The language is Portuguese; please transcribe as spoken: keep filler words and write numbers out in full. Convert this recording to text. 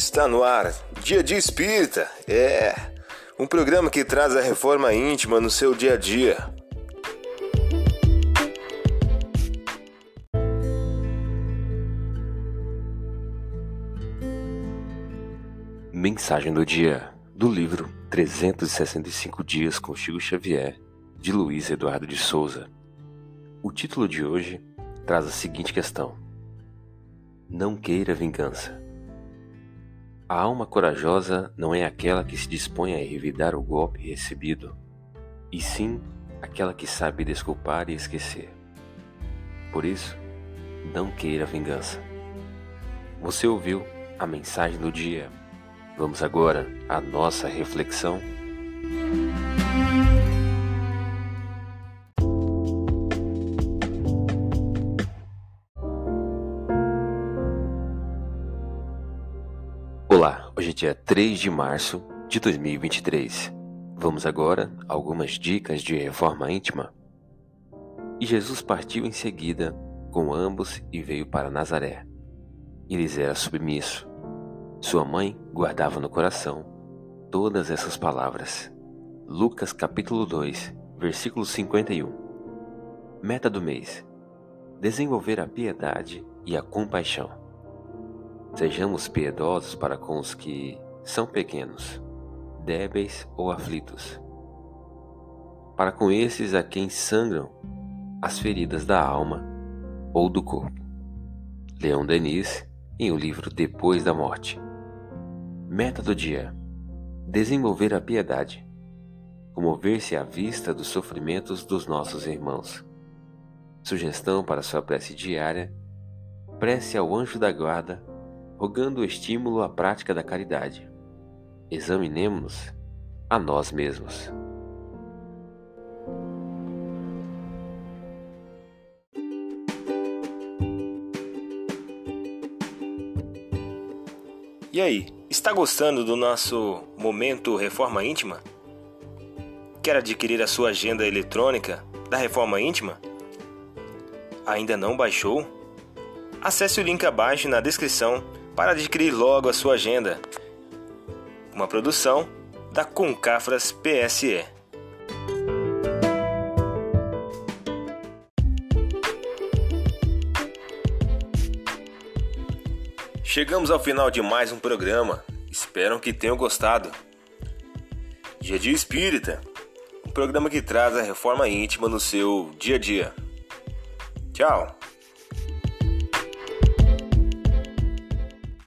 Está no ar, Dia de Espírita, é um programa que traz a reforma íntima no seu dia a dia. Mensagem do dia, do livro trezentos e sessenta e cinco Dias com Chico Xavier, de Luiz Eduardo de Souza. O título de hoje traz a seguinte questão: não queira vingança. A alma corajosa não é aquela que se dispõe a revidar o golpe recebido, e sim aquela que sabe desculpar e esquecer. Por isso, não queira vingança. Você ouviu a mensagem do dia. Vamos agora à nossa reflexão. Olá, hoje é dia três de março de dois mil e vinte e três. Vamos agora a algumas dicas de reforma íntima. E Jesus partiu em seguida com ambos e veio para Nazaré. E lhes era submisso. Sua mãe guardava no coração todas essas palavras. Lucas capítulo dois, versículo cinquenta e um. Meta do mês: desenvolver a piedade e a compaixão. Sejamos piedosos para com os que são pequenos, débeis ou aflitos. Para com esses a quem sangram as feridas da alma ou do corpo. Leon Denis, em o livro Depois da Morte. Meta do dia: desenvolver a piedade. Comover-se à vista dos sofrimentos dos nossos irmãos. Sugestão para sua prece diária: prece ao anjo da guarda, rogando o estímulo à prática da caridade. Examinemo-nos a nós mesmos. E aí, está gostando do nosso momento Reforma Íntima? Quer adquirir a sua agenda eletrônica da Reforma Íntima? Ainda não baixou? Acesse o link abaixo na descrição para adquirir logo a sua agenda. Uma produção da Concafras P S E. Chegamos ao final de mais um programa. Espero que tenham gostado. Dia de Espírita, um programa que traz a reforma íntima no seu dia a dia. Tchau!